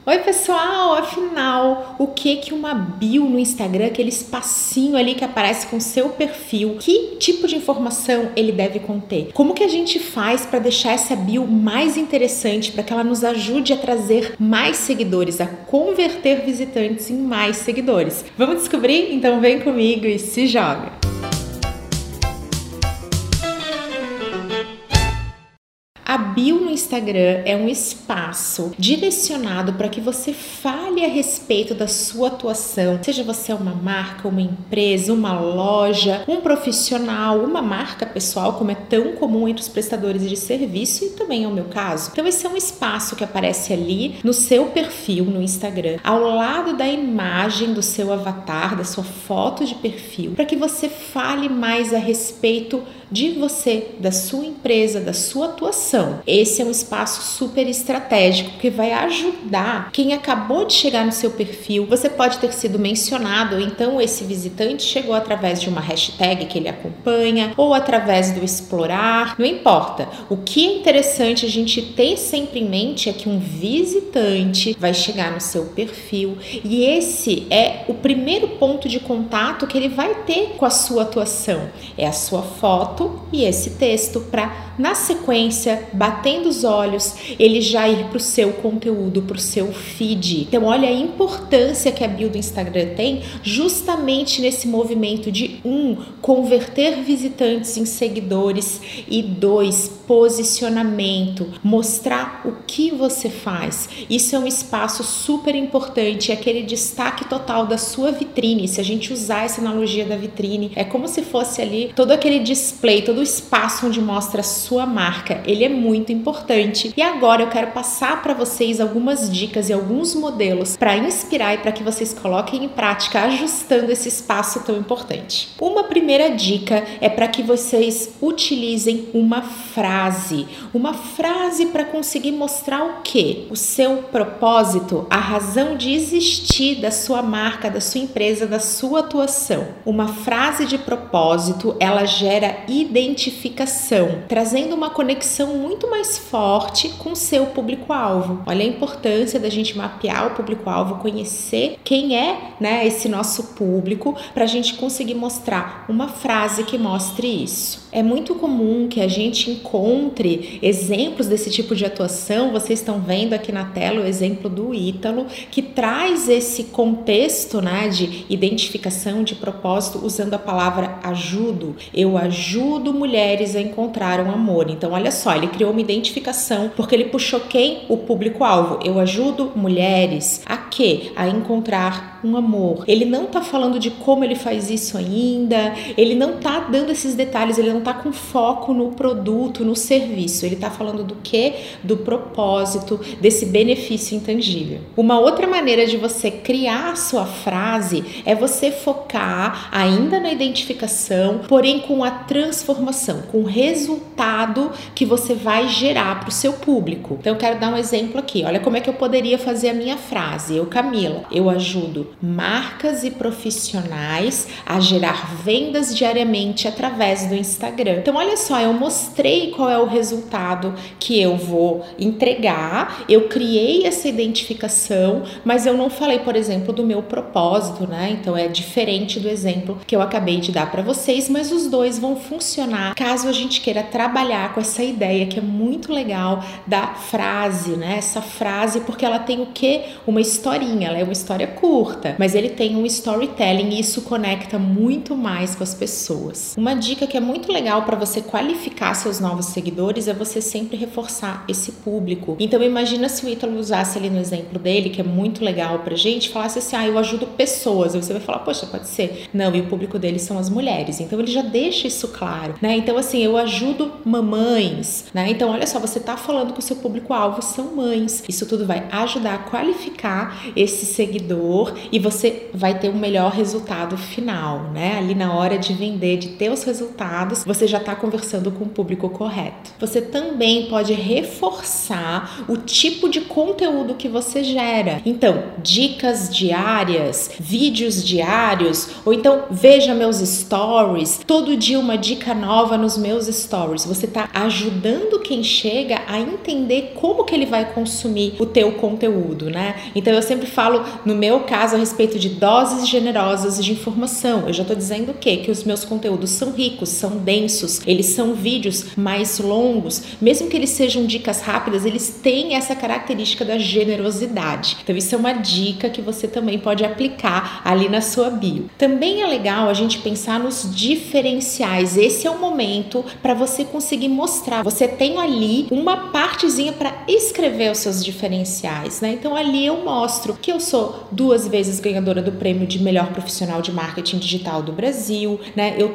Oi pessoal, afinal, o que uma bio no Instagram, aquele espacinho ali que aparece com seu perfil, que tipo de informação ele deve conter? Como que a gente faz para deixar essa bio mais interessante, para que ela nos ajude a trazer mais seguidores, a converter visitantes em mais seguidores? Vamos descobrir? Então vem comigo e se joga! A bio no Instagram é um espaço direcionado para que você fale a respeito da sua atuação, seja você uma marca, uma empresa, uma loja, um profissional, uma marca pessoal, como é tão comum entre os prestadores de serviço e também é o meu caso. Então esse é um espaço que aparece ali no seu perfil no Instagram, ao lado da imagem do seu avatar, da sua foto de perfil, para que você fale mais a respeito de você, da sua empresa, da sua atuação. Esse é um espaço super estratégico que vai ajudar quem acabou de chegar no seu perfil. Você pode ter sido mencionado, então esse visitante chegou através de uma hashtag que ele acompanha ou através do explorar, não importa. O que é interessante a gente ter sempre em mente é que um visitante vai chegar no seu perfil e esse é o primeiro ponto de contato que ele vai ter com a sua atuação. É a sua foto e esse texto para, na sequência, batendo os olhos, ele já ir para o seu conteúdo, para o seu feed. Então, olha a importância que a bio do Instagram tem justamente nesse movimento de converter visitantes em seguidores e 2, posicionamento, mostrar o que você faz. Isso é um espaço super importante, é aquele destaque total da sua vitrine. Se a gente usar essa analogia da vitrine, é como se fosse ali todo aquele display, todo o espaço onde mostra a sua marca. Ele é muito importante. E agora eu quero passar para vocês algumas dicas e alguns modelos para inspirar e para que vocês coloquem em prática, ajustando esse espaço tão importante. Uma primeira dica é para que vocês utilizem uma frase para conseguir mostrar o quê? O seu propósito, a razão de existir da sua marca, da sua empresa, da sua atuação. Uma frase de propósito, ela gera identificação, trazendo uma conexão muito mais forte com o seu público-alvo. Olha a importância da gente mapear o público-alvo, conhecer quem é, esse nosso público, para a gente conseguir mostrar uma frase que mostre isso. É muito comum que a gente encontre exemplos desse tipo de atuação. Vocês estão vendo aqui na tela o exemplo do Ítalo, que traz esse contexto, de identificação, de propósito, usando a palavra ajudo. Eu ajudo mulheres a encontrar um amor. Então, olha só, ele criou uma identificação, porque ele puxou quem? O público-alvo. Eu ajudo mulheres a quê? A encontrar um amor. Ele não está falando de como ele faz isso ainda, ele não está dando esses detalhes, ele não está com foco no produto, no serviço, ele está falando do quê? Do propósito, desse benefício intangível. Uma outra maneira de você criar a sua frase é você focar ainda na identificação, porém com a transformação, com o resultado que você vai gerar para o seu público. Então eu quero dar um exemplo aqui, olha como é que eu poderia fazer a minha frase. Camila, eu ajudo marcas e profissionais a gerar vendas diariamente através do Instagram. Então olha só, eu mostrei qual é o resultado que eu vou entregar, eu criei essa identificação, mas eu não falei, por exemplo, do meu propósito, Então é diferente do exemplo que eu acabei de dar para vocês, mas os dois vão funcionar caso a gente queira trabalhar com essa ideia que é muito legal da frase, Essa frase, porque ela tem o quê? Uma historinha, ela é uma história curta, mas ele tem um storytelling e isso conecta muito mais com as pessoas. Uma dica que é muito legal para você qualificar seus novos seguidores é você sempre reforçar esse público. Então imagina se o Ítalo usasse ali no exemplo dele, que é muito legal pra gente, falasse assim, eu ajudo pessoas. Aí você vai falar, poxa, pode ser. Não, e o público dele são as mulheres. Então ele já deixa isso claro, Então assim, eu ajudo mamães, Então olha só, você tá falando que o seu público-alvo são mães. Isso tudo vai ajudar a qualificar esse seguidor e você vai ter um melhor resultado final, Ali na hora de vender, de ter os resultados, você já tá conversando com o público correto. Você também pode reforçar o tipo de conteúdo que você gera. Então, dicas diárias, vídeos diários, ou então veja meus stories, todo dia uma dica dica nova nos meus stories. Você está ajudando quem chega a entender como que ele vai consumir o teu conteúdo, né? Então eu sempre falo, no meu caso, a respeito de doses generosas de informação. Eu já estou dizendo o quê? Que os meus conteúdos são ricos, são densos, eles são vídeos mais longos, mesmo que eles sejam dicas rápidas, eles têm essa característica da generosidade. Então isso é uma dica que você também pode aplicar ali na sua bio. Também é legal a gente pensar nos diferenciais. Esse é o momento para você conseguir mostrar. Você tem ali uma partezinha para escrever os seus diferenciais, né? Então ali eu mostro que eu sou 2 vezes ganhadora do prêmio de melhor profissional de marketing digital do Brasil, né? Eu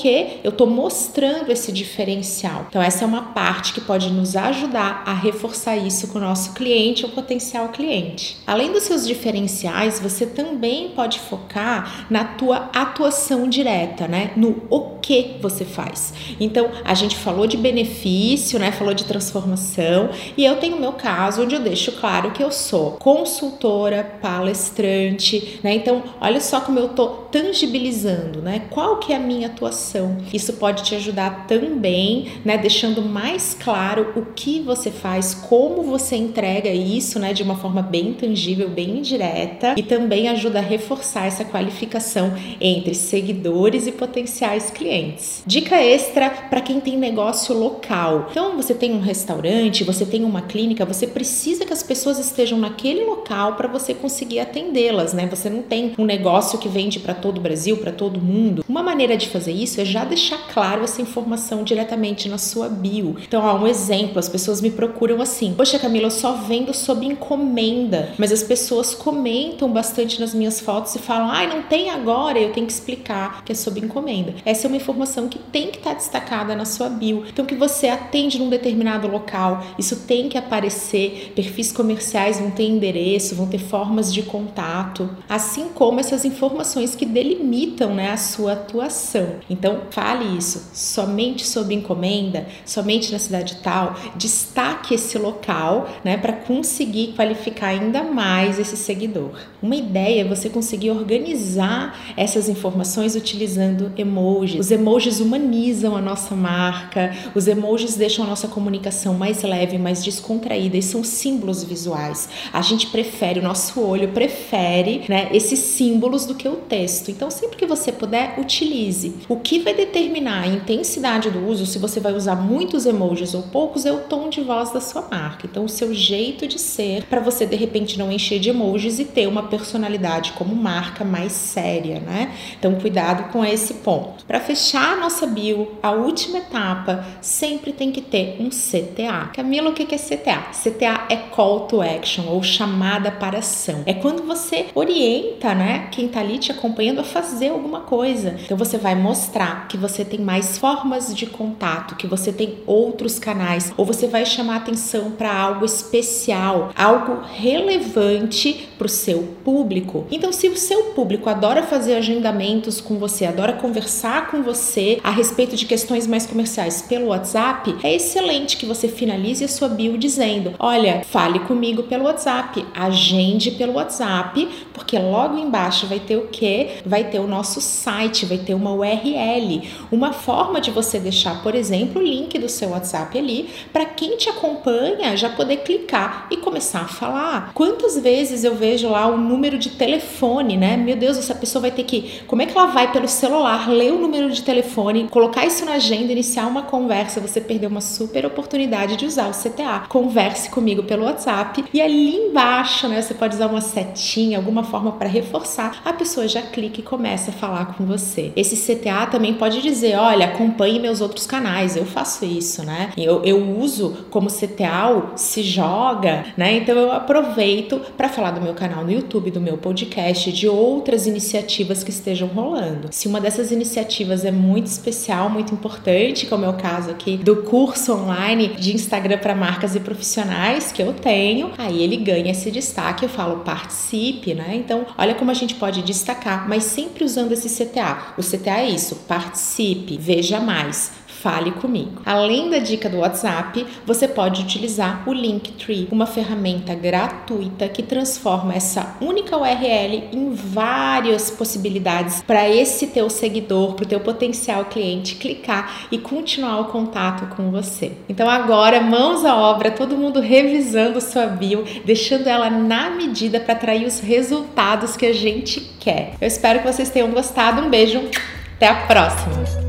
tô mostrando esse diferencial. Então essa é uma parte que pode nos ajudar a reforçar isso com o nosso cliente ou potencial cliente. Além dos seus diferenciais, você também pode focar na tua atuação direta, né? No o que você faz. Então, a gente falou de benefício, né? Falou de transformação, e eu tenho o meu caso onde eu deixo claro que eu sou consultora, palestrante, né? Então, olha só como eu tô tangibilizando, né? Qual que é a minha atuação? Isso pode te ajudar também, né? Deixando mais claro o que você faz, como você entrega isso, né? De uma forma bem tangível, bem direta, e também ajuda a reforçar essa qualificação entre seguidores e potenciais clientes. Dica extra para quem tem negócio local. Então, você tem um restaurante, você tem uma clínica, você precisa que as pessoas estejam naquele local para você conseguir atendê-las, né? Você não tem um negócio que vende para todo o Brasil, para todo mundo. Uma maneira de fazer isso é já deixar claro essa informação diretamente na sua bio. Então, um exemplo, as pessoas me procuram assim: poxa, Camila, eu só vendo sob encomenda, mas as pessoas comentam bastante nas minhas fotos e falam, não tem agora, eu tenho que explicar que é sob encomenda. Essa é uma informação que tem que estar destacada na sua bio. Então, que você atende num determinado local, isso tem que aparecer, perfis comerciais vão ter endereço, vão ter formas de contato, assim como essas informações que delimitam, né, a sua atuação. Então, fale isso, somente sob encomenda, somente na cidade tal, destaque esse local, né, para conseguir qualificar ainda mais esse seguidor. Uma ideia é você conseguir organizar essas informações utilizando emojis. Os emojis humanizam a nossa marca, os emojis deixam a nossa comunicação mais leve, mais descontraída, e são símbolos visuais. A gente prefere, o nosso olho prefere, né, esses símbolos do que o texto. Então, sempre que você puder, utilize. O que vai determinar a intensidade do uso, se você vai usar muitos emojis ou poucos, é o tom de voz da sua marca. Então, o seu jeito de ser, para você de repente não encher de emojis e ter uma personalidade como marca mais séria, né? Então, cuidado com esse ponto. Para fechar a nossa bio, a última etapa sempre tem que ter um CTA. Camila, o que é CTA? CTA é Call to Action, ou chamada para ação. É quando você orienta, né, quem tá ali te acompanhando a fazer alguma coisa. Então você vai mostrar que você tem mais formas de contato, que você tem outros canais, ou você vai chamar atenção para algo especial, algo relevante para o seu público. Então, se o seu público adora fazer agendamentos com você, adora conversar com você a respeito de questões mais comerciais pelo WhatsApp, é excelente que você finalize a sua bio dizendo: olha, fale comigo pelo WhatsApp, agende pelo WhatsApp, porque logo embaixo vai ter o quê? Vai ter o nosso site, vai ter uma URL, uma forma de você deixar, por exemplo, o link do seu WhatsApp ali, para quem te acompanha já poder clicar e começar a falar. Quantas vezes eu vejo lá o número de telefone, né? Meu Deus, essa pessoa vai ter que... Como é que ela vai pelo celular, ler o número de telefone, colocar isso na agenda, iniciar uma conversa? Você perdeu uma super oportunidade de usar o CTA. Converse comigo pelo WhatsApp, e ali embaixo, né, você pode usar uma setinha, alguma forma para reforçar, a pessoa já clica e começa a falar com você. Esse CTA também pode dizer: olha, acompanhe meus outros canais, eu faço isso, né? Eu uso como CTA o Se Joga, né? Então eu aproveito para falar do meu canal no YouTube, do meu podcast, de outras iniciativas que estejam rolando. Se uma dessas iniciativas é muito especial, muito importante, como é o caso aqui do curso online de Instagram para marcas e profissionais que eu tenho, aí ele ganha esse destaque. Eu falo: participe, né? Então, olha como a gente pode destacar, mas sempre usando esse CTA. O CTA é isso: participe, veja mais, fale comigo. Além da dica do WhatsApp, você pode utilizar o Linktree, uma ferramenta gratuita que transforma essa única URL em várias possibilidades para esse teu seguidor, para o teu potencial cliente clicar e continuar o contato com você. Então agora, mãos à obra, todo mundo revisando sua bio, deixando ela na medida para atrair os resultados que a gente quer. Eu espero que vocês tenham gostado. Um beijo, até a próxima!